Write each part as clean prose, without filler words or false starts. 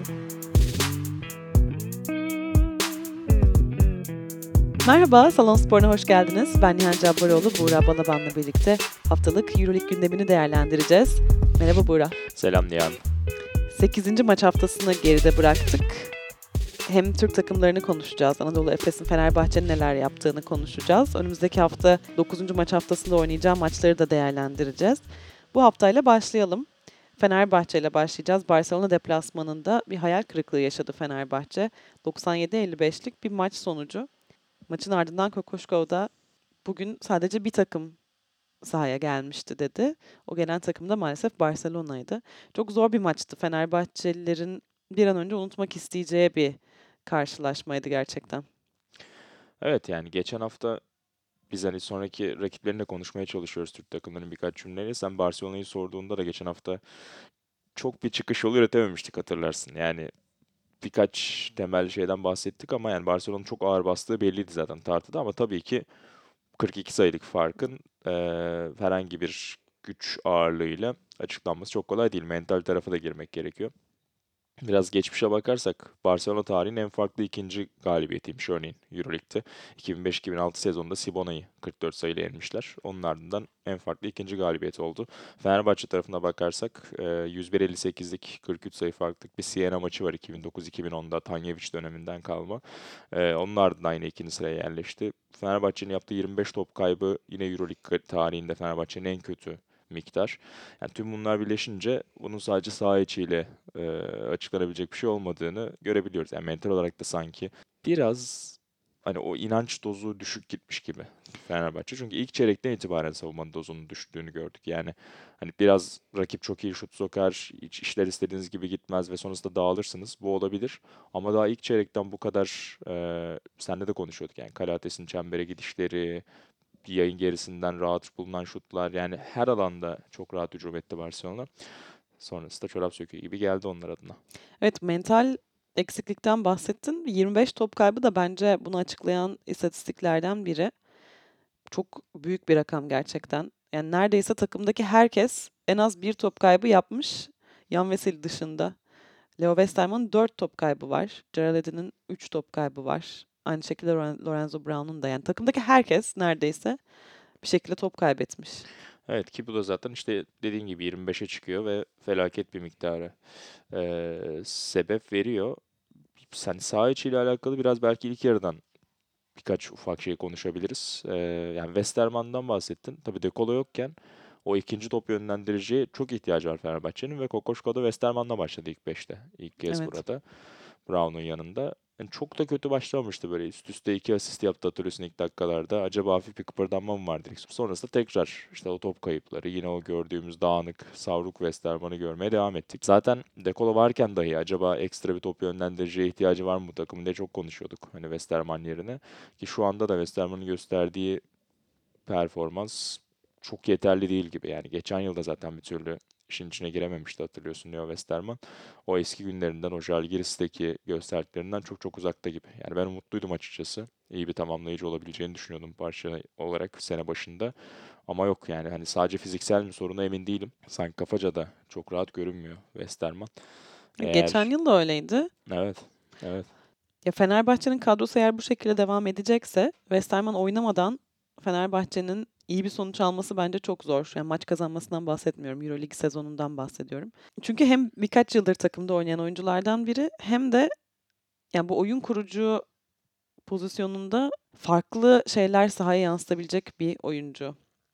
Merhaba, Salon Spor'una hoş geldiniz. Ben Nihan Cabbaroğlu, Buğra Balaban'la birlikte haftalık EuroLeague gündemini değerlendireceğiz. Merhaba Buğra. Selam Nihan. 8. maç haftasını geride bıraktık. Hem Türk takımlarını konuşacağız, Anadolu Efes'in Fenerbahçe'nin neler yaptığını konuşacağız. Önümüzdeki hafta 9. maç haftasında oynayacağı maçları da değerlendireceğiz. Bu haftayla başlayalım. Fenerbahçe ile başlayacağız. Barcelona deplasmanında bir hayal kırıklığı yaşadı Fenerbahçe. 97-55'lik bir maç sonucu. Maçın ardından Kokoşkov'da bugün sadece bir takım sahaya gelmişti dedi. O gelen takım da maalesef Barcelona'ydı. Çok zor bir maçtı. Fenerbahçelilerin bir an önce unutmak isteyeceği bir karşılaşmaydı gerçekten. Evet, yani geçen hafta biz hani sonraki rakiplerini de konuşmaya çalışıyoruz Türk takımlarının birkaç cümleyle. Sen Barcelona'yı sorduğunda da geçen hafta çok bir çıkış yolu üretememiştik, hatırlarsın. Yani birkaç temel şeyden bahsettik ama yani Barcelona'nın çok ağır bastığı belliydi zaten tartıda, ama tabii ki 42 sayılık farkın herhangi bir güç ağırlığıyla açıklanması çok kolay değil. Mental tarafa da girmek gerekiyor. Biraz geçmişe bakarsak Barcelona tarihinin en farklı ikinci galibiyetiymiş örneğin Euroleague'de. 2005-2006 sezonunda Sibona'yı 44 sayıyla yenmişler. Onun ardından en farklı ikinci galibiyet oldu. Fenerbahçe tarafına bakarsak 101-58'lik 43 sayı farklılık bir Siena maçı var 2009-2010'da Tanjevic döneminden kalma. Onun ardından yine ikinci sıraya yerleşti. Fenerbahçe'nin yaptığı 25 top kaybı yine Euroleague tarihinde Fenerbahçe'nin en kötü miktar. Yani tüm bunlar birleşince bunun sadece saha içiyle açıklanabilecek bir şey olmadığını görebiliyoruz. Yani mental olarak da sanki biraz hani o inanç dozu düşük gitmiş gibi Fenerbahçe. Çünkü ilk çeyrekten itibaren savunmanın dozunun düştüğünü gördük. Yani hani biraz rakip çok iyi şut sokar, hiç işler istediğiniz gibi gitmez ve sonrasında dağılırsınız. Bu olabilir. Ama daha ilk çeyrekten bu kadar seninle de konuşuyorduk. Yani Kalates'in çembere gidişleri, bir yayın gerisinden rahat bulunan şutlar, yani her alanda çok rahat hücum etti Barcelona. Sonrasında çorap söküğü gibi geldi onlar adına. Evet, mental eksiklikten bahsettin. 25 top kaybı da bence bunu açıklayan istatistiklerden biri. Çok büyük bir rakam gerçekten. Yani neredeyse takımdaki herkes en az bir top kaybı yapmış. Yan Veseli dışında. Leo Westerman'ın 4 top kaybı var. Gerald Eddy'nin 3 top kaybı var. Aynı şekilde Lorenzo Brown'un da. Yani takımdaki herkes neredeyse bir şekilde top kaybetmiş. Evet, ki bu da zaten işte dediğin gibi 25'e çıkıyor ve felaket bir miktarı sebep veriyor. Sen saha içiyle alakalı biraz belki ilk yarıdan birkaç ufak şey konuşabiliriz. Yani Westerman'dan bahsettin. Tabii De Colo yokken o ikinci top yönlendiriciye çok ihtiyacı var Fenerbahçe'nin ve Kokoşko'da Westerman'la başladı ilk beşte. İlk kez Evet. burada. Brown'un yanında. Yani çok da kötü başlamamıştı, böyle üst üste iki asist yaptı hatırlıyorsun ilk dakikalarda. Acaba hafif bir kıpırdanma mı var dedik. Sonrasında tekrar işte o top kayıpları, yine o gördüğümüz dağınık, savruk Westerman'ı görmeye devam ettik. Zaten De Colo varken dahi acaba ekstra bir top yönlendiriciye ihtiyacı var mı bu takımın diye çok konuşuyorduk. Hani Westerman yerine. Ki şu anda da Westerman'ın gösterdiği performans çok yeterli değil gibi. Yani geçen yılda zaten bir türlü işin içine girememişti, hatırlıyorsun Leo Westerman. O eski günlerinden, o Žalgiris'teki gösterdiklerinden çok çok uzakta gibi. Yani ben umutluydum açıkçası. İyi bir tamamlayıcı olabileceğini düşünüyordum parça olarak sene başında. Ama yok, yani hani sadece fiziksel mi sorunu emin değilim. Sanki kafaca da çok rahat görünmüyor Westerman. Geçen Eğer yıl da öyleydi. evet, evet. Ya Fenerbahçe'nin kadrosu eğer bu şekilde devam edecekse Westerman oynamadan Fenerbahçe'nin iyi bir sonuç alması bence çok zor. Yani maç kazanmasından bahsetmiyorum. EuroLeague sezonundan bahsediyorum. Çünkü hem birkaç yıldır takımda oynayan oyunculardan biri hem de yani bu oyun kurucu pozisyonunda farklı şeyler sahaya yansıtabilecek bir oyuncu.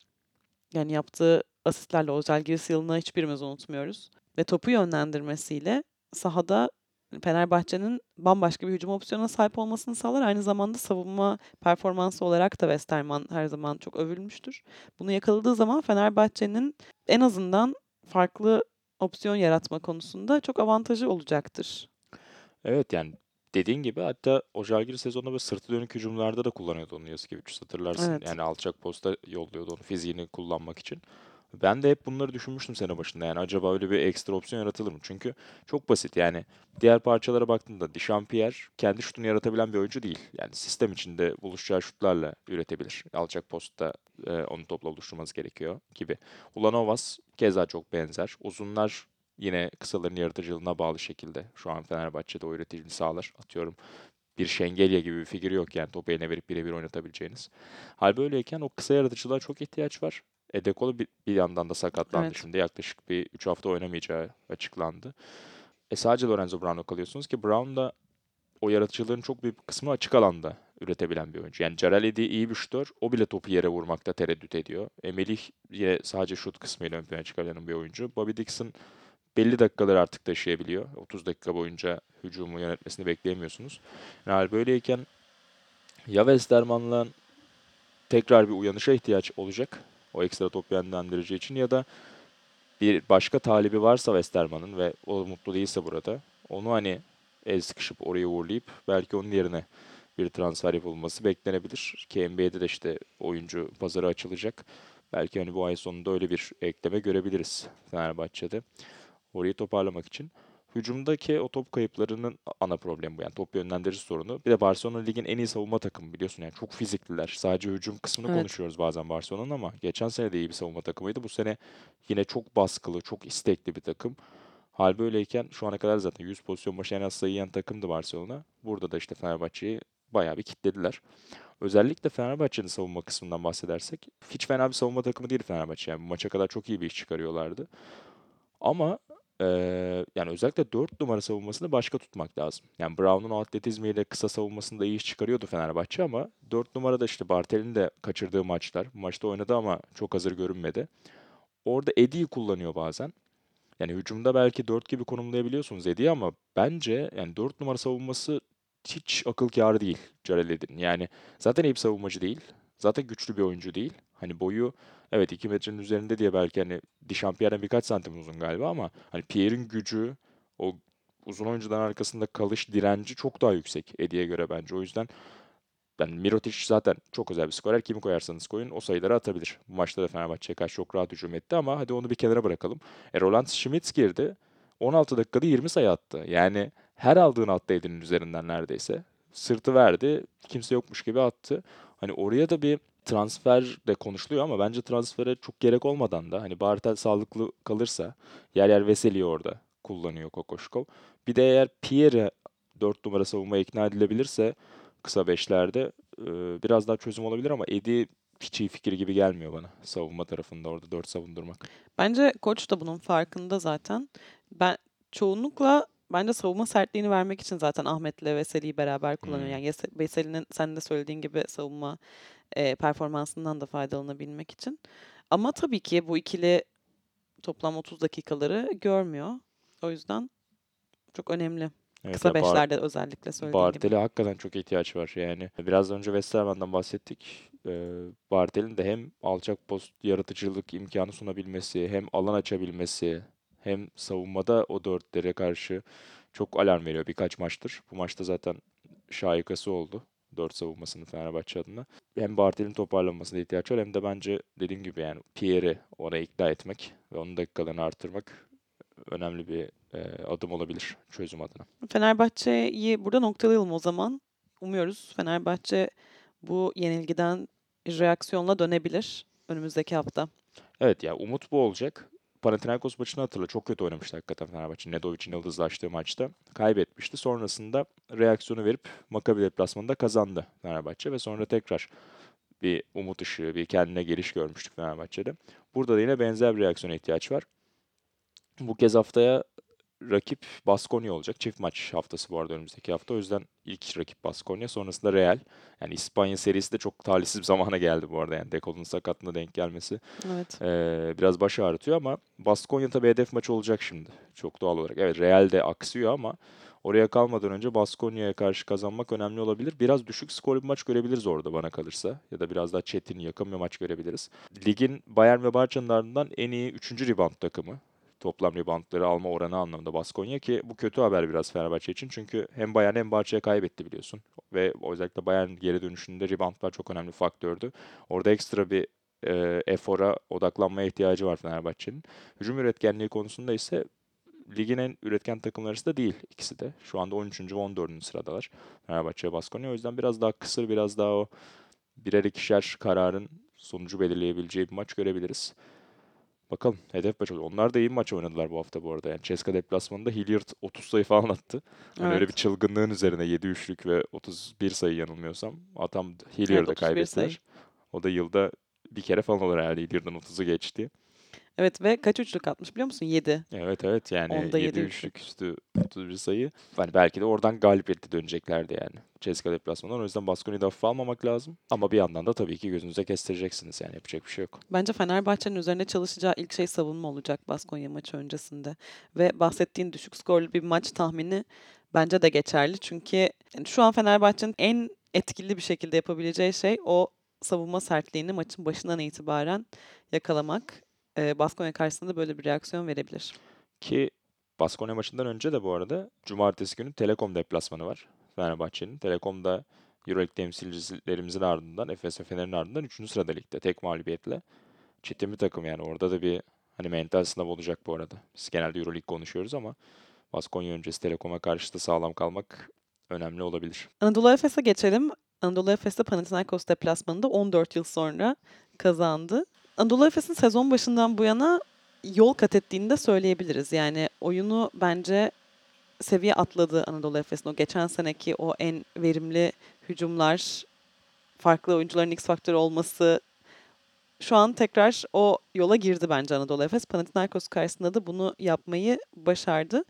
Yani yaptığı asistlerle o Žalgiris yılını hiçbirimiz unutmuyoruz. Ve topu yönlendirmesiyle sahada Fenerbahçe'nin bambaşka bir hücum opsiyonuna sahip olmasını sağlar. Aynı zamanda savunma performansı olarak da Westerman her zaman çok övülmüştür. Bunu yakaladığı zaman Fenerbahçe'nin en azından farklı opsiyon yaratma konusunda çok avantajı olacaktır. Evet, yani dediğin gibi, hatta o Žalgiris sezonunda böyle sırtı dönük hücumlarda da kullanıyordu onu Jasikevičius, hatırlarsın. Evet. Yani alçak posta yolluyordu onu fiziğini kullanmak için. Ben de hep bunları düşünmüştüm sene başında, yani acaba öyle bir ekstra opsiyon yaratılır mı? Çünkü çok basit yani, diğer parçalara baktığında Dişampierre kendi şutunu yaratabilen bir oyuncu değil. Yani sistem içinde buluşacağı şutlarla üretebilir. Alçak postta onu topla buluşturması gerekiyor gibi. Ulanovas keza çok benzer. Uzunlar yine kısaların yaratıcılığına bağlı şekilde şu an Fenerbahçe'de o üreticiliğini sağlar. Atıyorum bir Şengelya gibi bir figür yok yani topu eline verip birebir oynatabileceğiniz. Hal böyleyken o kısa yaratıcılığa çok ihtiyaç var. De Colo bir yandan da sakatlandı Evet. şimdi. Yaklaşık bir 3 hafta oynamayacağı açıklandı. Sadece Lorenzo Brown'la kalıyorsunuz ki Brown da o yaratıcılığın çok büyük bir kısmını açık alanda üretebilen bir oyuncu. Yani Jarel Eddy iyi bir şutör. O bile topu yere vurmakta tereddüt ediyor. Melih yine sadece şut kısmıyla ön plana çıkabilen bir oyuncu. Bobby Dixon belli dakikalar artık taşıyabiliyor. 30 dakika boyunca hücumu yönetmesini bekleyemiyorsunuz. Yani böyleyken ya Westerman'la tekrar bir uyanışa ihtiyaç olacak. O ekstra top yönlendirici için ya da bir başka talibi varsa Westerman'ın ve o mutlu değilse burada onu hani el sıkışıp oraya uğurlayıp belki onun yerine bir transfer yapılması beklenebilir. Ki NBA'de de işte oyuncu pazarı açılacak. Belki hani bu ay sonunda öyle bir ekleme görebiliriz Fenerbahçe'de. Orayı toparlamak için. Hücumdaki o top kayıplarının ana problemi bu. Yani top yönlendirici sorunu. Bir de Barcelona ligin en iyi savunma takımı biliyorsun. Yani çok fizikliler. Sadece hücum kısmını Evet. konuşuyoruz bazen Barcelona'nın ama geçen sene de iyi bir savunma takımıydı. Bu sene yine çok baskılı, çok istekli bir takım. Hal böyleyken şu ana kadar zaten 100 pozisyon başı en az sayı yiyen takımdı Barcelona. Burada da işte Fenerbahçe'yi bayağı bir kitlediler. Özellikle Fenerbahçe'nin savunma kısmından bahsedersek hiç fena bir savunma takımı değil Fenerbahçe. Yani bu maça kadar çok iyi bir iş çıkarıyorlardı. Ama yani özellikle 4 numara savunmasını başka tutmak lazım. Yani Brown'un o atletizmiyle kısa savunmasında iyi iş çıkarıyordu Fenerbahçe ama 4 numarada işte Bartel'in de kaçırdığı maçlar. Bu maçta oynadı ama çok hazır görünmedi. Orada Eddie'yi kullanıyor bazen. Yani hücumda belki 4 gibi konumlayabiliyorsunuz Eddie'yi ama bence yani 4 numara savunması hiç akıl kârı değil Jarel Edin. Yani zaten iyi bir savunmacı değil. Zaten güçlü bir oyuncu değil. Hani boyu evet 2 metrenin üzerinde diye belki hani Dişampierre'den birkaç santim uzun galiba ama hani Pierre'in gücü o uzun oyuncudan arkasında kalış direnci çok daha yüksek Eddie'ye göre bence. O yüzden yani Mirotic zaten çok özel bir skorer. Kimi koyarsanız koyun o sayıları atabilir. Bu maçta da Fenerbahçe'ye karşı çok rahat hücum etti ama hadi onu bir kenara bırakalım. Roland Schmitz girdi. 16 dakikada 20 sayı attı. Yani her aldığını attı Edin'in üzerinden neredeyse. Sırtı verdi. Kimse yokmuş gibi attı. Hani oraya da bir transfer de konuşuluyor ama bence transfere çok gerek olmadan da hani Bartel sağlıklı kalırsa yer yer Veseli'yi orada kullanıyor Kokoşkov. Bir de eğer Pierre 4 numara savunmaya ikna edilebilirse kısa beşlerde biraz daha çözüm olabilir ama Eddie hiç iyi fikir gibi gelmiyor bana savunma tarafında orada 4 savundurmak. Bence koç da bunun farkında zaten. Ben çoğunlukla bence savunma sertliğini vermek için zaten Ahmet'le Veseli'yi beraber kullanıyor. Hmm. Yani Veseli'nin sen de söylediğin gibi savunma performansından da faydalanabilmek için. Ama tabii ki bu ikili toplam 30 dakikaları görmüyor. O yüzden çok önemli. Evet Kısa ya beşlerde özellikle söylediğin gibi. Bartel'e hakikaten çok ihtiyaç var. Yani biraz önce Westerman'dan bahsettik. Bartel'in de hem alçak post yaratıcılık imkanı sunabilmesi, hem alan açabilmesi, hem savunmada o dörtlere karşı çok alarm veriyor birkaç maçtır. Bu maçta zaten şaikası oldu. Dört savunmasının Fenerbahçe adına. Hem Bartel'in toparlanmasına ihtiyaç var hem de bence dediğim gibi yani Pierre'i oraya ikna etmek ve onun dakikalarını artırmak önemli bir adım olabilir çözüm adına. Fenerbahçe'yi burada noktalayalım o zaman. Umuyoruz Fenerbahçe bu yenilgiden reaksiyonla dönebilir önümüzdeki hafta. Evet ya umut bu olacak. Panathinaikos maçını hatırla. Çok kötü oynamıştı hakikaten Fenerbahçe. Nedovic'in yıldızlaştığı maçta. Kaybetmişti. Sonrasında reaksiyonu verip Maccabi deplasmanında kazandı Fenerbahçe ve sonra tekrar bir umut ışığı, bir kendine geliş görmüştük Fenerbahçe'de. Burada da yine benzer bir reaksiyona ihtiyaç var. Bu kez haftaya rakip Baskonya olacak. Çift maç haftası bu arada önümüzdeki hafta. O yüzden ilk rakip Baskonya, sonrasında Real. Yani İspanya serisi de çok talihsiz bir zamana geldi bu arada. Yani Dekol'un sakatlığına denk gelmesi Evet. biraz baş ağrıtıyor ama Baskonya tabii hedef maçı olacak şimdi. Çok doğal olarak. Evet Real de aksıyor ama oraya kalmadan önce Baskonya'ya karşı kazanmak önemli olabilir. Biraz düşük skorlu bir maç görebiliriz orada bana kalırsa. Ya da biraz daha çetin, yakın bir maç görebiliriz. Ligin Bayern ve Barça'nın ardından en iyi 3. rebound takımı. Toplam reboundları alma oranı anlamında Baskonya ki bu kötü haber biraz Fenerbahçe için. Çünkü hem Bayern hem Barça'ya kaybetti biliyorsun. Ve özellikle Bayern geri dönüşünde reboundlar çok önemli bir faktördü. Orada ekstra bir efora odaklanmaya ihtiyacı var Fenerbahçe'nin. Hücum üretkenliği konusunda ise ligin en üretken takımları arasında değil ikisi de. Şu anda 13. ve 14. sıradalar Fenerbahçe ve Baskonya. O yüzden biraz daha kısır, biraz daha o birer ikişer kararın sonucu belirleyebileceği bir maç görebiliriz. Bakalım. Hedef maç oluyor. Onlar da iyi bir maç oynadılar bu hafta bu arada. Yani CSKA deplasmanında Hilliard 30 sayı falan attı. Hani öyle bir Evet. çılgınlığın üzerine 7 üçlük ve 31 sayı yanılmıyorsam. Adam Evet, Hilliard'a 31 sayı. kaybettiler. O da yılda bir kere falan olur herhalde Hilliard'ın 30'u geçti. Evet ve kaç üçlük atmış biliyor musun? 7. Evet evet yani Onda 7 7 üçlük. üçlük üstü 31 sayı. Hani belki de oradan galibiyetle döneceklerdi yani. CSKA deplasmanından. O yüzden Baskonya'yı da hafife almamak lazım. Ama bir yandan da tabii ki gözünüze kestireceksiniz yani yapacak bir şey yok. Bence Fenerbahçe'nin üzerine çalışacağı ilk şey savunma olacak Baskonya maçı öncesinde. Ve bahsettiğin düşük skorlu bir maç tahmini bence de geçerli. Çünkü yani şu an Fenerbahçe'nin en etkili bir şekilde yapabileceği şey o savunma sertliğini maçın başından itibaren yakalamak. Baskonya karşısında böyle bir reaksiyon verebilir. Ki Baskonya maçından önce de bu arada Cumartesi günü Telekom deplasmanı var Fenerbahçe'nin. Telekom'da Euroleague temsilcilerimizin ardından, Efes ve Fener'in ardından 3. sırada ligde tek mağlubiyetle. Çetin bir takım yani orada da bir hani mental sınav olacak bu arada. Biz genelde Euroleague konuşuyoruz ama Baskonya öncesi Telekom'a karşı da sağlam kalmak önemli olabilir. Anadolu Efes'e geçelim. Anadolu Efes'te Panathinaikos deplasmanında 14 yıl sonra kazandı. Anadolu Efes'in sezon başından bu yana yol kat ettiğini de söyleyebiliriz. Yani oyunu bence seviye atladı Anadolu Efes'in. O geçen seneki o en verimli hücumlar, farklı oyuncuların X faktörü olması şu an tekrar o yola girdi bence Anadolu Efes. Panathinaikos karşısında da bunu yapmayı başardı.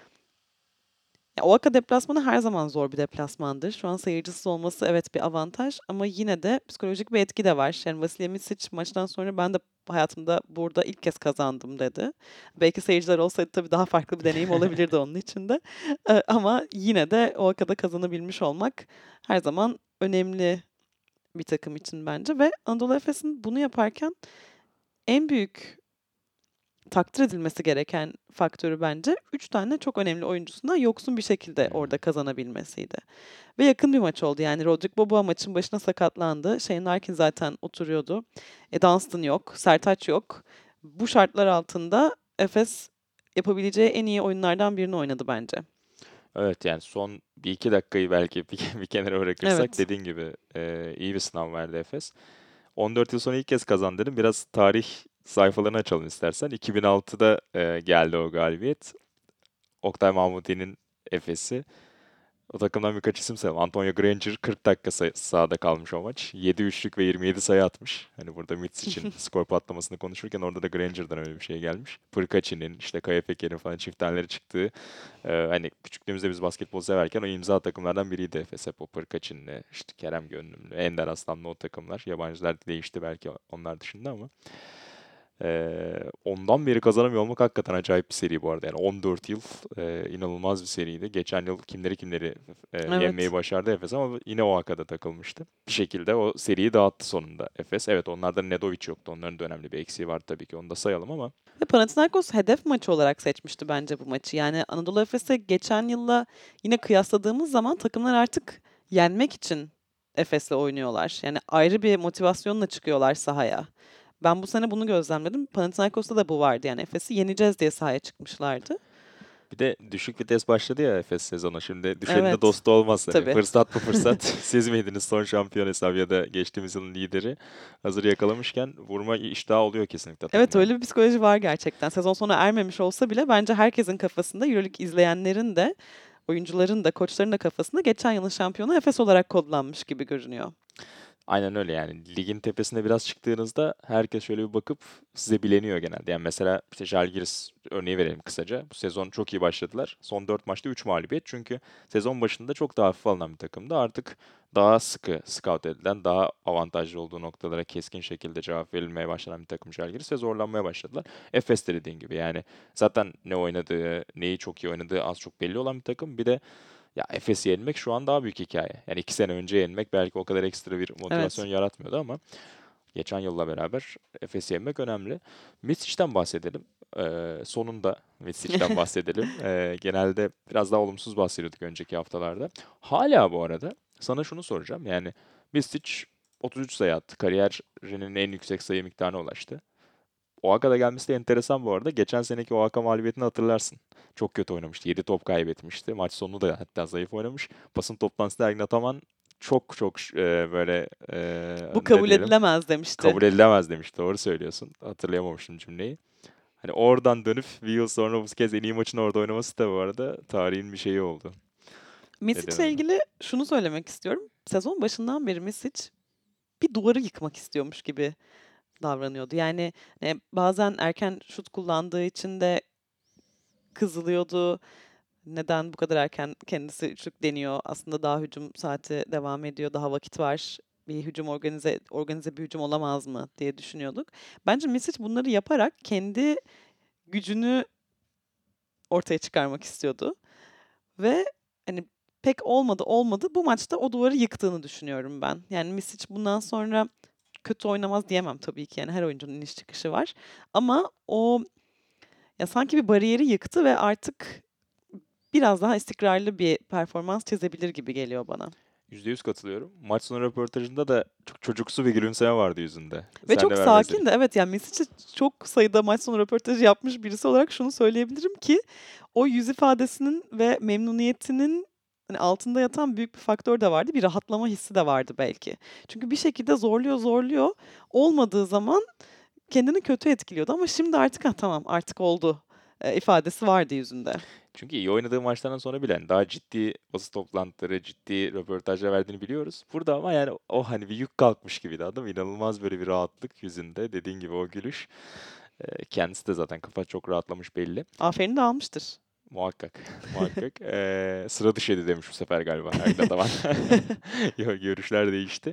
Ya, Oaxaca deplasmanı her zaman zor bir deplasmandır. Şu an seyircisiz olması evet bir avantaj ama yine de psikolojik bir etki de var. Yani Vasilya Micic maçtan sonra ben de hayatımda burada ilk kez kazandım dedi. Belki seyirciler olsaydı tabii daha farklı bir deneyim olabilirdi onun için de. Ama yine de Oaxaca'da kazanabilmiş olmak her zaman önemli bir takım için bence ve Anadolu Efes'in bunu yaparken en büyük takdir edilmesi gereken faktörü bence 3 tane çok önemli oyuncusundan yoksun bir şekilde Hı hı. orada kazanabilmesiydi. Ve yakın bir maç oldu. Yani Rodrik Boboa maçın başına sakatlandı. Shane Larkin zaten oturuyordu. Dunstan yok, Sertaç yok. Bu şartlar altında Efes yapabileceği en iyi oyunlardan birini oynadı bence. Evet yani son bir iki dakikayı belki bir kenara bırakırsak Evet. dediğin gibi iyi bir sınav verdi Efes. 14 yıl sonra ilk kez kazandı dedim. Biraz tarih sayfalarını açalım istersen. 2006'da geldi o galibiyet. Oktay Mahmuti'nin Efes'i. O takımdan birkaç isim sayalım. Antonio Granger 40 dakika sahada kalmış o maç. 7 üçlük ve 27 sayı atmış. Hani burada Mitch için skor patlamasını konuşurken orada da Granger'dan öyle bir şey gelmiş. Pırkaçi'nin, işte Kaya Peker'in falan çiftlerleri çıktığı. Hani küçüklüğümüzde biz basketbol severken o imza takımlardan biriydi Efes. Hep o Pırkaçi'nle, işte Kerem Gönlümlü, Ender Aslanlı o takımlar. Yabancılar değişti belki onlar dışında ama. Ondan beri kazanamıyor olmak hakikaten acayip bir seri bu arada. Yani 14 yıl inanılmaz bir seriydi. Geçen yıl kimleri yenmeyi Evet. başardı Efes ama yine o hakada takılmıştı. Bir şekilde o seriyi dağıttı sonunda Efes. Evet onlarda Nedovic yoktu. Onların da önemli bir eksiği var tabii ki. Onu da sayalım ama. Ve Panathinaikos hedef maçı olarak seçmişti bence bu maçı. Yani Anadolu Efes'e geçen yılla yine kıyasladığımız zaman takımlar artık yenmek için Efes'le oynuyorlar. Yani ayrı bir motivasyonla çıkıyorlar sahaya. Ben bu sene bunu gözlemledim. Panathinaikos'ta da bu vardı. Yani Efes'i yeneceğiz diye sahaya çıkmışlardı. Bir de düşük vites başladı ya Efes sezonu. Şimdi düşenin de Evet, dostu olmaz. Hani tabii. fırsat bu fırsat. Siz miydiniz son şampiyon hesabı ya da geçtiğimiz yılın lideri? Hazır yakalamışken vurma iştahı oluyor kesinlikle Evet takımların. öyle bir psikoloji var gerçekten. Sezon sonu ermemiş olsa bile bence herkesin kafasında EuroLeague izleyenlerin de oyuncuların da koçların da kafasında geçen yılın şampiyonu Efes olarak kodlanmış gibi görünüyor. Aynen öyle yani. Ligin tepesine biraz çıktığınızda herkes şöyle bir bakıp size bileniyor genelde. Yani mesela işte Žalgiris örneği verelim kısaca. Bu sezon çok iyi başladılar. Son 4 maçta 3 mağlubiyet. Çünkü sezon başında çok daha hafif alınan bir takımdı. Artık daha sıkı scout edilen, daha avantajlı olduğu noktalara keskin şekilde cevap verilmeye başlanan bir takım Žalgiris ve zorlanmaya başladılar. Efes de dediğin gibi yani zaten ne oynadığı, neyi çok iyi oynadığı az çok belli olan bir takım. Bir de ya Efes'i yenmek şu an daha büyük hikaye. Yani 2 sene önce yenmek belki o kadar ekstra bir motivasyon Evet. yaratmıyordu ama geçen yılla beraber Efes'i yenmek önemli. Misic'ten bahsedelim. Sonunda Misic'ten bahsedelim. Genelde biraz daha olumsuz bahsediyorduk önceki haftalarda. Hala bu arada sana şunu soracağım. Yani Misic 33 sayı attı. Kariyerinin en yüksek sayı miktarına ulaştı. Oaxaca'da gelmesi de enteresan bu arada. Geçen seneki Oaxaca mağlubiyetini hatırlarsın. Çok kötü oynamıştı. 7 top kaybetmişti. Maç sonunu da hatta zayıf oynamış. Basın toplantısında Ergin Ataman çok çok böyle Bu ne kabul diyelim edilemez demişti. kabul edilemez demiş. Doğru söylüyorsun. Hatırlayamamıştım cümleyi. Hani oradan dönüp bir yıl sonra bu kez en iyi maçını orada oynaması da bu arada tarihin bir şeyi oldu. Ne Misic'le denir ona? ilgili şunu söylemek istiyorum. Sezon başından beri Misic bir duvarı yıkmak istiyormuş gibi davranıyordu. Yani bazen erken şut kullandığı için de kızılıyordu. Neden bu kadar erken kendisi üçlük deniyor? Aslında daha hücum saati devam ediyor, daha vakit var. Bir hücum organize bir hücum olamaz mı diye düşünüyorduk. Bence Misic bunları yaparak kendi gücünü ortaya çıkarmak istiyordu. Ve hani pek olmadı. Bu maçta o duvarı yıktığını düşünüyorum ben. Yani Misic bundan sonra kötü oynamaz diyemem tabii ki. Yani her oyuncunun iniş çıkışı var. Ama o ya sanki bir bariyeri yıktı ve artık biraz daha istikrarlı bir performans çizebilir gibi geliyor bana. %100 katılıyorum. Maç sonu röportajında da çok çocuksu bir gülümseme vardı yüzünde. Ve Sen de çok vermezsin. sakin de evet yani Misic'e çok sayıda maç sonu röportajı yapmış birisi olarak şunu söyleyebilirim ki o yüz ifadesinin ve memnuniyetinin hani altında yatan büyük bir faktör de vardı. Bir rahatlama hissi de vardı belki. Çünkü bir şekilde zorluyor. Olmadığı zaman kendini kötü etkiliyordu ama şimdi artık ha tamam artık oldu ifadesi vardı yüzünde. Çünkü iyi oynadığı maçlardan sonra bile hani daha ciddi basın toplantıları, ciddi röportajlar verdiğini biliyoruz. Burada ama yani o hani bir yük kalkmış gibiydi adam. İnanılmaz böyle bir rahatlık yüzünde. Dediğin gibi o gülüş. Kendisi de zaten kafa çok rahatlamış belli. Aferin de almıştır. Muhakkak. Muhakkak. Sıra dışıydı demiş bu sefer galiba Ergin Ataman. Yok, görüşler değişti.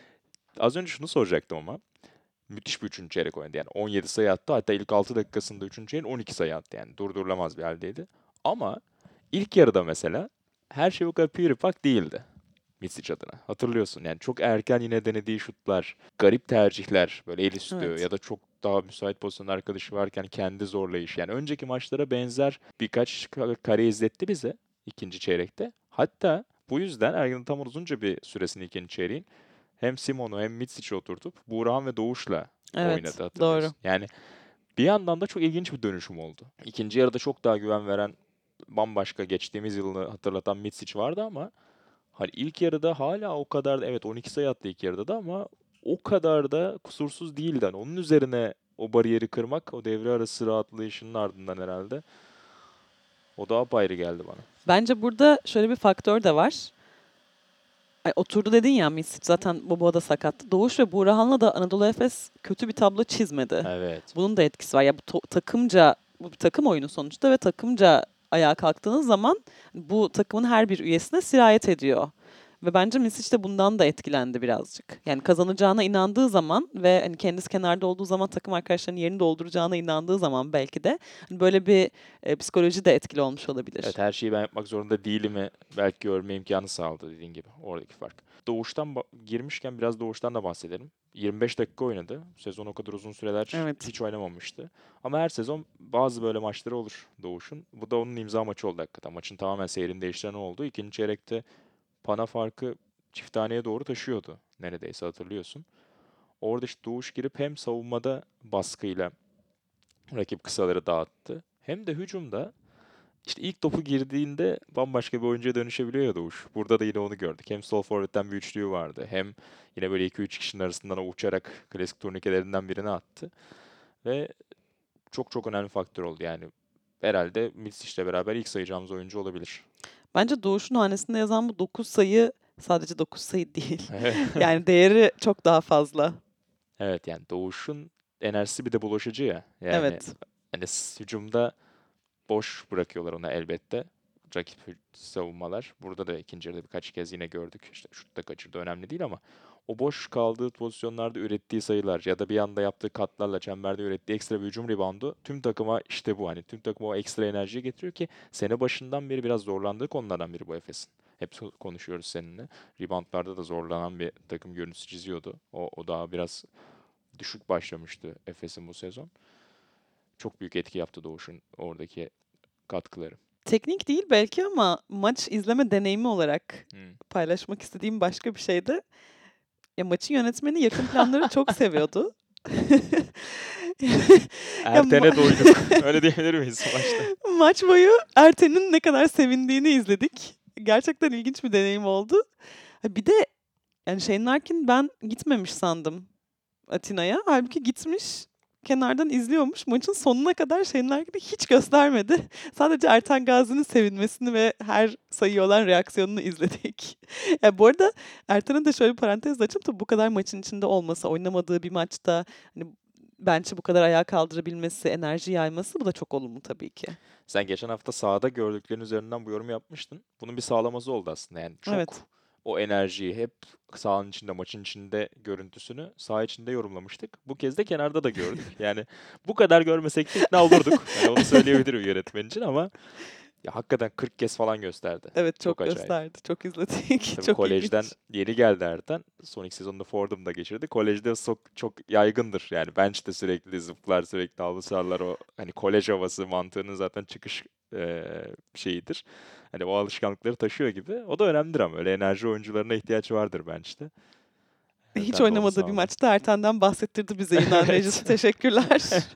Az önce şunu soracaktım ama. Müthiş bir üçüncü çeyrek oynadı. Yani 17 sayı attı. Hatta ilk 6 dakikasında üçüncü çeyreğin 12 sayı attı. Yani durdurulamaz bir haldeydi. Ama ilk yarıda mesela her şey bu kadar püripak değildi. Misic adına. Hatırlıyorsun yani çok erken yine denediği şutlar, garip tercihler, böyle el üstü Evet. ya da çok daha müsait pozisyon arkadaşı varken kendi zorlayış. Yani önceki maçlara benzer birkaç kare izletti bize ikinci çeyrekte. Hatta bu yüzden Ergin Ataman uzunca bir süresini ikinci çeyreğin hem Simon'u hem Mitsic'i oturtup Buğrahan ve Doğuş'la Evet, oynadı doğru. hatırlıyorsun. Yani bir yandan da çok ilginç bir dönüşüm oldu. İkinci yarıda çok daha güven veren, bambaşka geçtiğimiz yılı hatırlatan Mitsic vardı ama hani ilk yarıda hala o kadar da, evet 12 sayı attı ilk yarıda da ama o kadar da kusursuz değildi. Hani onun üzerine o bariyeri kırmak, o devre arası rahatlayışının ardından herhalde o da apayrı geldi bana. Bence burada şöyle bir faktör de var. Ay, oturdu dedin ya Misic zaten Boboa da sakattı. Doğuş ve Buğrahan'la da Anadolu Efes kötü bir tablo çizmedi. Evet. Bunun da etkisi var. Ya bu takımca bu bir takım oyunu sonuçta ve takımca ayağa kalktığınız zaman bu takımın her bir üyesine sirayet ediyor. Ve bence Misic de bundan da etkilendi birazcık. Yani kazanacağına inandığı zaman ve hani kendisi kenarda olduğu zaman takım arkadaşlarının yerini dolduracağına inandığı zaman belki de hani böyle bir psikoloji de etkili olmuş olabilir. Evet, her şeyi ben yapmak zorunda değilimi belki görme imkanı sağladı dediğin gibi. Oradaki fark. Doğuştan girmişken biraz Doğuş'tan da bahsedelim. 25 dakika oynadı. Sezon o kadar uzun süreler Evet. hiç oynamamıştı. Ama her sezon bazı böyle maçları olur Doğuş'un. Bu da onun imza maçı oldu hakikaten. Maçın tamamen seyrini değiştiren o oldu. İkinci çeyrekte Pana farkı çift taneye doğru taşıyordu. Neredeyse hatırlıyorsun. Orada işte Doğuş girip hem savunmada baskıyla rakip kısaları dağıttı. Hem de hücumda işte ilk topu girdiğinde bambaşka bir oyuncuya dönüşebiliyor ya Doğuş. Burada da yine onu gördük. Hem sol forvetten bir üçlüğü vardı. Hem yine böyle 2-3 kişinin arasından o uçarak klasik turnikelerinden birini attı. Ve çok çok önemli faktör oldu yani. Herhalde Mitsic'le beraber ilk sayacağımız oyuncu olabilir. Bence Doğuş'un hanesinde yazan bu 9 sayı sadece 9 sayı değil. Yani değeri çok daha fazla. Evet yani Doğuş'un enerjisi bir de bulaşıcı ya. Yani Evet. hani hücumda boş bırakıyorlar ona elbette. Rakip savunmalar. Burada da ikinci yarıda birkaç kez yine gördük. İşte şut da kaçırdı önemli değil ama o boş kaldığı pozisyonlarda ürettiği sayılar ya da bir anda yaptığı katlarla çemberde ürettiği ekstra bir hücum reboundu tüm takıma işte bu. Hani tüm takıma o ekstra enerjiyi getiriyor ki sene başından beri biraz zorlandığı konulardan biri bu Efes'in. Hep konuşuyoruz seninle. Reboundlarda da zorlanan bir takım görüntüsü çiziyordu. O daha biraz düşük başlamıştı Efes'in bu sezon. Çok büyük etki yaptı Doğuş'un oradaki katkıları. Teknik değil belki ama maç izleme deneyimi olarak Hmm. paylaşmak istediğim başka bir şey de ya maçın yönetmeni yakın planları çok seviyordu. Ya Erten'e doyduk. Öyle diyebilir miyiz maçta? maç boyu Erten'in ne kadar sevindiğini izledik. Gerçekten ilginç bir deneyim oldu. Ha, bir de yani Shane Larkin ben gitmemiş sandım Atina'ya. Halbuki gitmiş. kenardan izliyormuş. Maçın sonuna kadar Şenol Ergen'i hiç göstermedi. Sadece Ertan Gazi'nin sevinmesini ve her sayıya olan reaksiyonunu izledik. Bu arada Ertan'ın da şöyle bir parantez açayım. Tabii bu kadar maçın içinde olması, oynamadığı bir maçta hani bench'i bu kadar ayağa kaldırabilmesi, enerji yayması bu da çok olumlu tabii ki. Sen geçen hafta sahada gördüklerin üzerinden bu yorumu yapmıştın. Bunun bir sağlaması oldu aslında. Yani çok Evet. o enerjiyi hep sahanın içinde, maçın içinde görüntüsünü saha içinde yorumlamıştık. Bu kez de kenarda da gördük. Yani bu kadar görmesek de ikna olurduk. Hani onu söyleyebilirim yönetmen için ama ya hakikaten 40 kez falan gösterdi. Evet, Çok çok acayip. gösterdi. Çok izledik. Tabii Çok kolejden ilginç. yeni geldi Erden. Son iki sezonda Fordham'da geçirdi. Kolejde çok yaygındır. Yani bench'te sürekli zıplar, sürekli halı sahalar o hani kolej havası mantığının zaten çıkış şeyidir. Hani o alışkanlıkları taşıyor gibi. O da önemlidir ama öyle enerji oyuncularına ihtiyaç vardır bench'te. Hiç Erden de onu oynamadığı bir sağlıyor. maçta Ertan'dan bahsettirdi bize Yunan Evet. rejisi. Teşekkürler.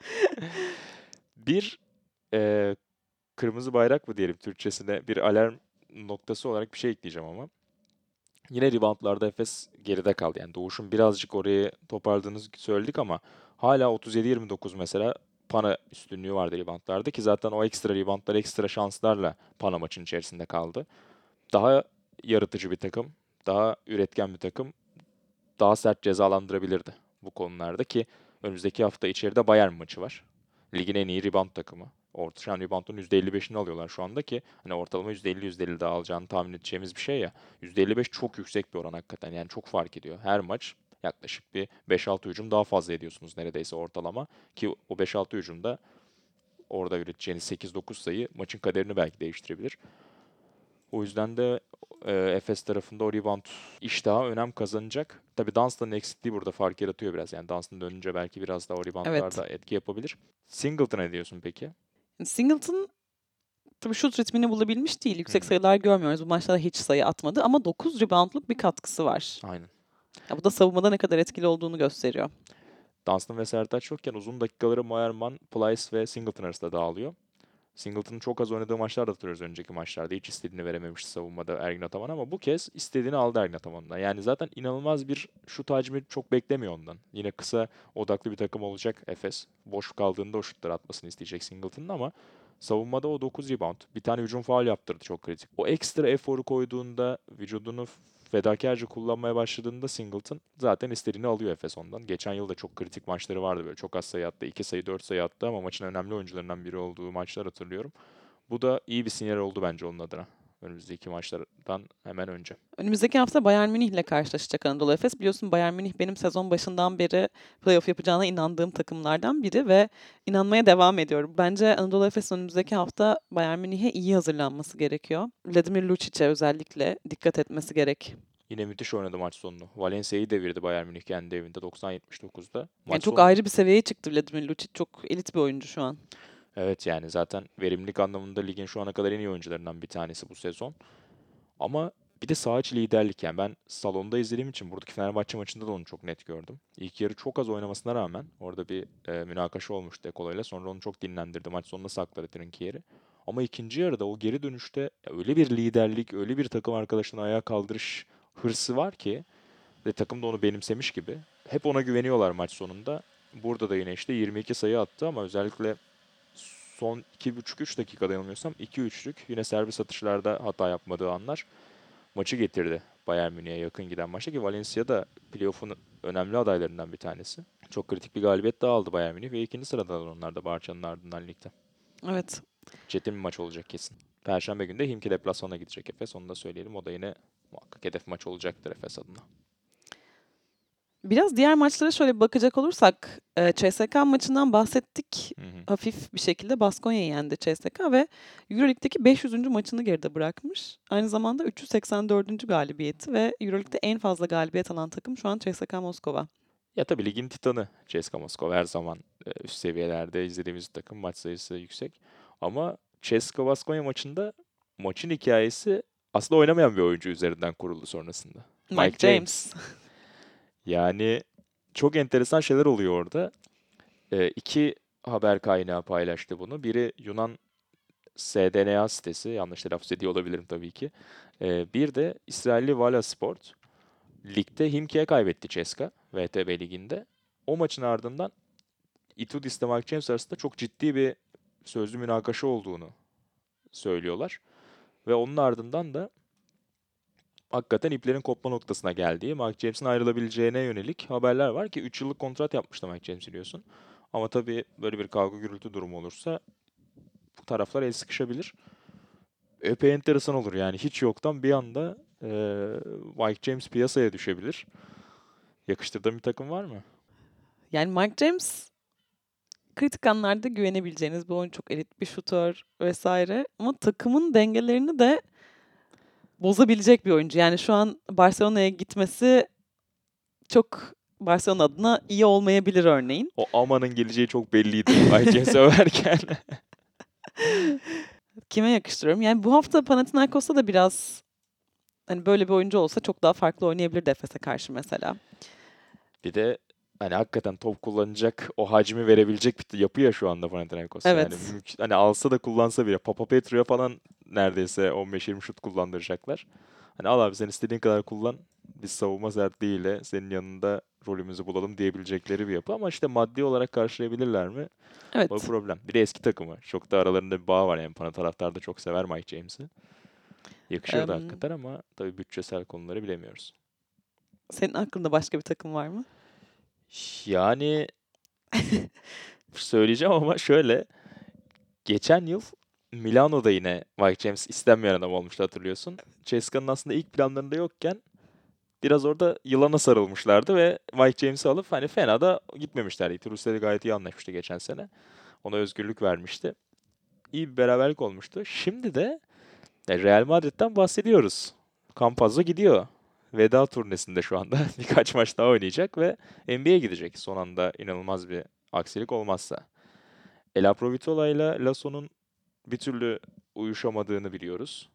Bir eee, kırmızı bayrak mı diyelim Türkçesine bir alarm noktası olarak bir şey ekleyeceğim ama. Yine reboundlarda Efes geride kaldı. Yani Doğuş'un birazcık orayı toparladığını söyledik ama hala 37-29 mesela Pana üstünlüğü vardı reboundlarda ki zaten o ekstra reboundlar, ekstra şanslarla Pana maçın içerisinde kaldı. Daha yaratıcı bir takım, daha üretken bir takım, daha sert cezalandırabilirdi bu konularda ki önümüzdeki hafta içeride Bayern maçı var. Ligin en iyi rebound takımı. Şu an rebound'un %55'ini alıyorlar şu anda ki hani ortalama %50 daha alacağını tahmin edeceğimiz bir şey ya. %55 çok yüksek bir oran hakikaten. Yani çok fark ediyor. Her maç yaklaşık bir 5-6 hücum daha fazla ediyorsunuz neredeyse ortalama. Ki o 5-6 hücumda orada üreteceğiniz 8-9 sayı maçın kaderini belki değiştirebilir. O yüzden de Efes tarafında o rebound iştahı önem kazanacak. Tabii Dunstan'ın eksikliği burada fark yaratıyor biraz. Yani Dunstan dönünce belki biraz daha o Evet. reboundlarda etki yapabilir. Singleton ne diyorsun peki? Singleton tabii şut ritmini bulabilmiş değil. Hı Yüksek hı. sayılar görmüyoruz. Bu maçlarda hiç sayı atmadı ama 9 reboundluk bir katkısı var. Aynen. Ya bu da savunmada ne kadar etkili olduğunu gösteriyor. Dunstan ve Sertaç yokken uzun dakikaları Moerman, Plyce ve Singleton arasında dağılıyor. Singleton'ın çok az oynadığı maçlar da hatırlıyoruz önceki maçlarda. Hiç istediğini verememişti savunmada Ergin Ataman ama bu kez istediğini aldı Ergin Ataman'dan. Yani zaten inanılmaz bir şut hacmi çok beklemiyor ondan. Yine kısa odaklı bir takım olacak Efes. Boş kaldığında o şutları atmasını isteyecek Singleton'ın ama savunmada o 9 rebound. Bir tane hücum faul yaptırdı çok kritik. O ekstra eforu koyduğunda vücudunu fedakarca kullanmaya başladığında Singleton zaten istediğini alıyor Efes ondan. Geçen yıl da çok kritik maçları vardı böyle. Çok az sayı attı. 2 sayı 4 sayı attı ama maçın önemli oyuncularından biri olduğu maçlar hatırlıyorum. Bu da iyi bir sinyal oldu bence onun adına. Önümüzdeki maçlardan hemen önce. Önümüzdeki hafta Bayern Münih ile karşılaşacak Anadolu Efes. Biliyorsun Bayern Münih benim sezon başından beri playoff yapacağına inandığım takımlardan biri ve inanmaya devam ediyorum. Bence Anadolu Efes önümüzdeki hafta Bayern Münih'e iyi hazırlanması gerekiyor. Vladimir Lucic'e özellikle dikkat etmesi gerek. Yine müthiş oynadı maç sonunu. Valencia'yı devirdi Bayern Münih kendi evinde 90-79'da. Yani Maç çok sonu ayrı bir seviyeye çıktı Vladimir Lucic. Çok elit bir oyuncu şu an. evet yani zaten verimlilik anlamında ligin şu ana kadar en iyi oyuncularından bir tanesi bu sezon. Ama bir de saha içi liderlik yani ben salonda izlediğim için buradaki Fenerbahçe maçında da onu çok net gördüm. İlk yarı çok az oynamasına rağmen orada bir münakaşa olmuştu Dekolo'yla. Sonra onu çok dinlendirdi. Maç sonunda sakladı Trinkier'i. Ama ikinci yarıda o geri dönüşte öyle bir liderlik, öyle bir takım arkadaşını ayağa kaldırış hırsı var ki ve takım da onu benimsemiş gibi. Hep ona güveniyorlar maç sonunda. Burada da yine işte 22 sayı attı ama özellikle son 2,5-3 dakikada yanılmıyorsam 2-3'lük yine servis atışlarda hata yapmadığı anlar maçı getirdi Bayern Münih'e yakın giden maçta ki Valencia da playoff'un önemli adaylarından bir tanesi. Çok kritik bir galibiyet daha aldı Bayern Münih ve ikinci sıradalar onlar da Barça'nın ardından ligde. Evet. Çetin bir maç olacak kesin. Perşembe günü de Himki deplasmana gidecek Efes. Onu da söyleyelim. O da yine muhakkak hedef maç olacaktır Efes adına. Biraz diğer maçlara şöyle bir bakacak olursak, CSKA maçından bahsettik. Hı hı. Hafif bir şekilde Baskonya'yı yendi CSKA ve Euroleague'deki 500. maçını geride bırakmış. Aynı zamanda 384. galibiyeti ve Euroleague'de en fazla galibiyet alan takım şu an CSKA Moskova. Ya tabii ligin titanı CSKA Moskova her zaman üst seviyelerde izlediğimiz takım. Maç sayısı yüksek. Ama CSKA Baskonya maçında maçın hikayesi aslında oynamayan bir oyuncu üzerinden kuruldu sonrasında. Mike Mike James. James. Yani çok enteresan şeyler oluyor orada. İki haber kaynağı paylaştı bunu. Biri Yunan SDNA sitesi, yanlış telaffuz ediyor olabilirim tabii ki. Bir de İsrailli Vala Sport. Ligde Himki'ye kaybetti CSKA, VTB liginde. O maçın ardından Itudis ile Mike James arasında çok ciddi bir sözlü münakaşa olduğunu söylüyorlar. Ve onun ardından da hakikaten iplerin kopma noktasına geldiği, Mike James'in ayrılabileceğine yönelik haberler var ki 3 yıllık kontrat yapmıştı Mike James biliyorsun. Ama tabii böyle bir kavga gürültü durumu olursa bu taraflar el sıkışabilir. Epey enteresan olur yani hiç yoktan bir anda Mike James piyasaya düşebilir. Yakıştırdığın bir takım var mı? Yani Mike James kritik anlarda güvenebileceğiniz bir oyuncu, çok elit bir şutör vesaire. Ama takımın dengelerini de bozabilecek bir oyuncu. Yani şu an Barcelona'ya gitmesi çok Barcelona adına iyi olmayabilir örneğin. O Aman'ın geleceği çok belliydi Mike James'i överken. Kime yakıştırıyorum? Yani bu hafta Panathinaikos'ta da biraz hani böyle bir oyuncu olsa çok daha farklı oynayabilirdi Efes'e karşı mesela. Bir de hani hakikaten top kullanacak, o hacmi verebilecek bir yapı ya şu anda Panathinaikos. Yani Evet. hani alsa da kullansa bile Petru'ya falan neredeyse 15-20 şut kullandıracaklar. Hani al abi sen istediğin kadar kullan. Biz savunma sertliğiyle senin yanında rolümüzü bulalım diyebilecekleri bir yapı. Ama işte maddi olarak karşılayabilirler mi? O Evet. problem. Bir de eski takımı. Çok da aralarında bir bağ var yani. Pana taraftar da çok sever Mike James'i. Yakışır da Em, hakikaten ama tabii bütçesel konuları bilemiyoruz. Senin aklında başka bir takım var mı? Yani söyleyeceğim ama şöyle. Geçen yıl Milano'da yine Mike James istenmeyen adam olmuştu hatırlıyorsun. CSKA'nın aslında ilk planlarında yokken biraz orada yılana sarılmışlardı ve Mike James'i alıp hani fena da gitmemişlerdi. Rusya'da gayet iyi anlaşmıştı geçen sene. Ona özgürlük vermişti. İyi bir beraberlik olmuştu. Şimdi de Real Madrid'den bahsediyoruz. Campazzo gidiyor. Veda turnesinde şu anda birkaç maç daha oynayacak ve NBA'ye gidecek son anda inanılmaz bir aksilik olmazsa. El Provitola ile Lasso'nun bir türlü uyuşamadığını biliyoruz.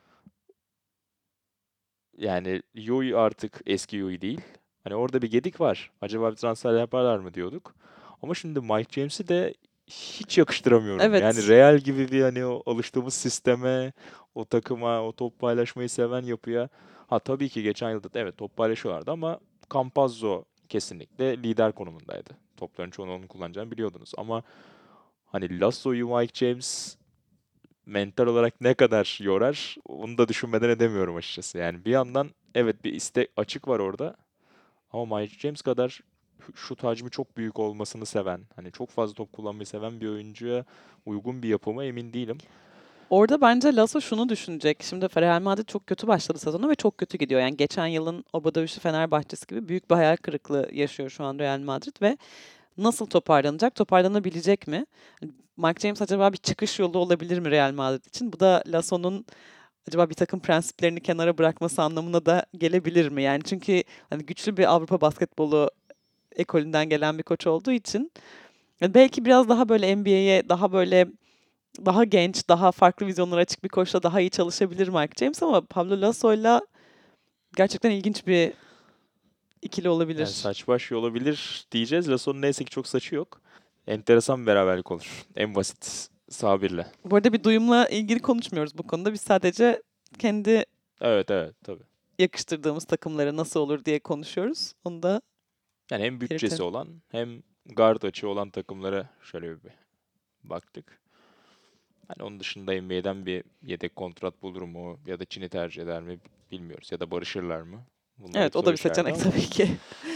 Yani Yui artık eski Yui değil. Hani orada bir gedik var. Acaba bir transfer yaparlar mı diyorduk. Ama şimdi Mike James'i de hiç yakıştıramıyorum. Yani Evet. Real gibi bir hani o alıştığımız sisteme, o takıma, o top paylaşmayı seven yapıya. Ha tabii ki geçen yılda da evet top paylaşıyorlardı ama Campazzo kesinlikle lider konumundaydı. Topların çoğunu onun kullanacağını biliyordunuz. Ama hani Lasso'yu Mike James mental olarak ne kadar yorar onu da düşünmeden edemiyorum açıkçası. Yani bir yandan evet bir istek açık var orada ama Mike James kadar şut hacmi çok büyük olmasını seven, hani çok fazla top kullanmayı seven bir oyuncuya uygun bir yapıma emin değilim. Orada bence Lasso şunu düşünecek. Şimdi Real Madrid çok kötü başladı sezona ve çok kötü gidiyor. Yani geçen yılın Obradoviçli Fenerbahçesi gibi büyük bir hayal kırıklığı yaşıyor şu an Real Madrid ve nasıl toparlanacak? Toparlanabilecek mi? Mark James acaba bir çıkış yolu olabilir mi Real Madrid için? Bu da Lasso'nun acaba bir takım prensiplerini kenara bırakması anlamına da gelebilir mi? Yani çünkü hani güçlü bir Avrupa basketbolu ekolünden gelen bir koç olduğu için belki biraz daha böyle NBA'ye daha böyle daha genç, daha farklı vizyonlara açık bir koçla daha iyi çalışabilir Mark James ama Pablo Lasso'yla gerçekten ilginç bir ikili Yani olabilir. saç baş olabilir diyeceğiz. Lasso'nun neyse ki çok saçı yok. Enteresan bir beraberlik olur. En basit tabirle. Bu arada bir duyumla ilgili konuşmuyoruz bu konuda. Biz sadece kendi Evet evet tabii. yakıştırdığımız takımlara nasıl olur diye konuşuyoruz. Onu da Yani hem bütçesi belirtelim. olan hem guard açığı olan takımlara şöyle bir baktık. Hani onun dışında NBA'den bir yedek kontrat bulur mu ya da Çin'i tercih eder mi bilmiyoruz. Ya da barışırlar mı? Bunlar hep Evet, o soru da bir işareti seçenek ama tabii ki.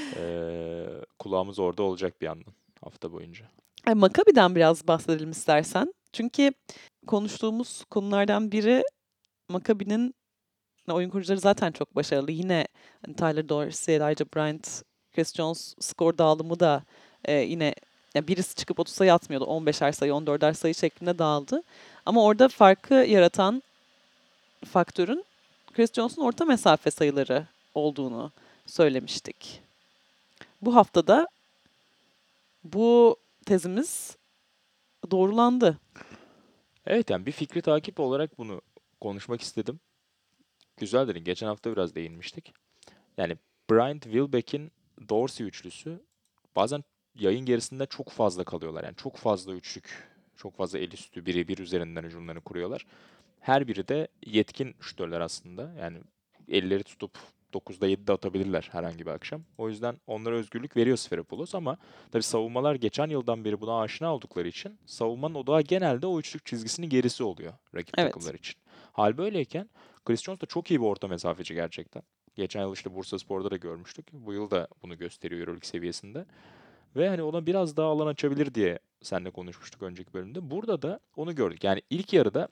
kulağımız orada olacak bir yandan hafta boyunca. Maccabi'den biraz bahsedelim istersen. Çünkü konuştuğumuz konulardan biri Maccabi'nin oyun kurucuları zaten çok başarılı. Yine hani Tyler Dorsey, Elijah Bryant, Chris Jones skor dağılımı da yine ya birisi çıkıp 30 sayı atmıyordu. 15'er sayı, 14'er sayı şeklinde dağıldı. Ama orada farkı yaratan faktörün Chris Jones'un orta mesafe sayıları olduğunu söylemiştik. Bu haftada bu tezimiz doğrulandı. Evet yani bir fikri takip olarak bunu konuşmak istedim. Güzel dedin. Geçen hafta biraz değinmiştik. Yani Bryant, Wilbeck'in Dorsey üçlüsü bazen yayın gerisinde çok fazla kalıyorlar. Yani çok fazla üçlük, çok fazla el üstü birebir üzerinden hücumlarını kuruyorlar. Her biri de yetkin şutörler aslında. Yani elleri tutup 9'da 7'de atabilirler herhangi bir akşam. O yüzden onlara özgürlük veriyor Sferiopoulos ama tabii savunmalar geçen yıldan beri buna aşina oldukları için savunmanın odağı genelde o üçlük çizgisinin gerisi oluyor rakip Evet. takımlar için. Hal böyleyken Chris Jones da çok iyi bir orta mesafeci gerçekten. Geçen yıl işte Bursaspor'da da görmüştük. Bu yıl da bunu gösteriyor EuroLeague seviyesinde. Ve hani ona biraz daha alan açabilir diye seninle konuşmuştuk önceki bölümde. Burada da onu gördük. Yani ilk yarıda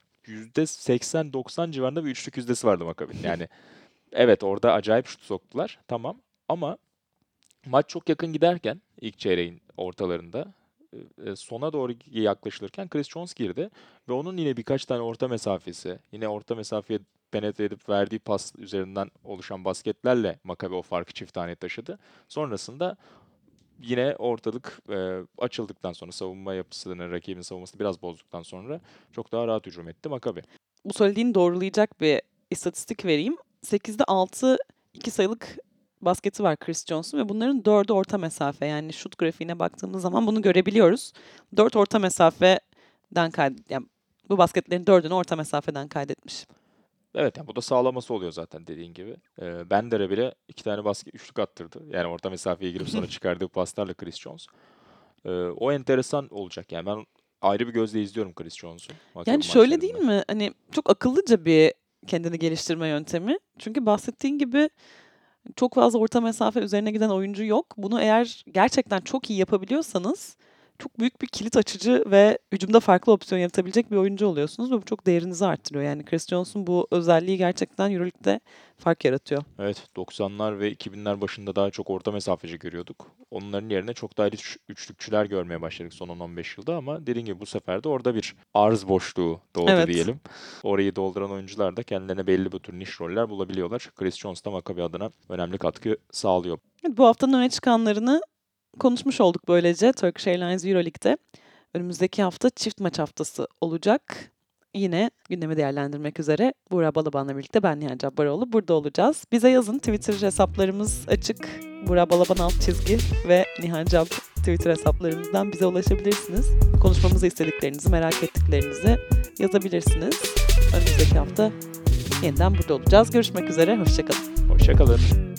%80-90 civarında bir üçlük yüzdesi vardı Maccabi'nin. Yani evet orada acayip şut soktular. Tamam. Ama maç çok yakın giderken ilk çeyreğin ortalarında sona doğru yaklaşılırken Chris Jones girdi. Ve onun yine birkaç tane orta mesafesi, yine orta mesafeye penetre edip verdiği pas üzerinden oluşan basketlerle Maccabi o farkı çift tane taşıdı. Sonrasında yine ortalık açıldıktan sonra savunma yapısını, rakibin savunmasını biraz bozduktan sonra çok daha rahat hücum etti Maccabi. Bu söylediğini doğrulayacak bir istatistik vereyim. 8'de 6 2 sayılık basketi var Chris Jones'un ve bunların 4'ü orta mesafe. Yani şut grafiğine baktığımız zaman bunu görebiliyoruz. 4 orta mesafeden yani bu basketlerin 4'ünü orta mesafeden kaydetmiş. Evet yani bu da sağlaması oluyor zaten dediğin gibi. Bender'e bile 2 tane basket üçlük attırdı. Yani orta mesafeye girip sonra çıkardığı paslarla Chris Jones. O enteresan olacak yani ben ayrı bir gözle izliyorum Chris Jones'u. Yani şöyle değil mi? Hani çok akıllıca bir kendini geliştirme yöntemi. Çünkü bahsettiğin gibi çok fazla orta mesafe üzerine giden oyuncu yok. Bunu eğer gerçekten çok iyi yapabiliyorsanız çok büyük bir kilit açıcı ve hücumda farklı opsiyon yaratabilecek bir oyuncu oluyorsunuz ve bu çok değerinizi arttırıyor. Yani Chris Jones'un bu özelliği gerçekten EuroLeague'de fark yaratıyor. Evet 90'lar ve 2000'ler başında daha çok orta mesafeci görüyorduk. Onların yerine çok daha üçlükçüler görmeye başladık son 10-15 yılda ama dediğim gibi bu sefer de orada bir arz boşluğu doğdu Evet. diyelim. Orayı dolduran oyuncular da kendilerine belli bir tür niş roller bulabiliyorlar. Chris Jones da Maccabi adına önemli katkı sağlıyor. Evet, bu haftanın öne çıkanlarını konuşmuş olduk böylece Turkish Airlines EuroLeague'de. Önümüzdeki hafta çift maç haftası olacak. Yine gündemi değerlendirmek üzere Buğra Balaban'la birlikte ben Nihal Cabbaroğlu burada olacağız. Bize yazın, Twitter hesaplarımız açık. Buğra Balaban _ ve Nihal Cab Twitter hesaplarımızdan bize ulaşabilirsiniz. Konuşmamızı istediklerinizi, merak ettiklerinizi yazabilirsiniz. Önümüzdeki hafta yeniden burada olacağız. Görüşmek üzere, hoşçakalın. Hoşça kalın.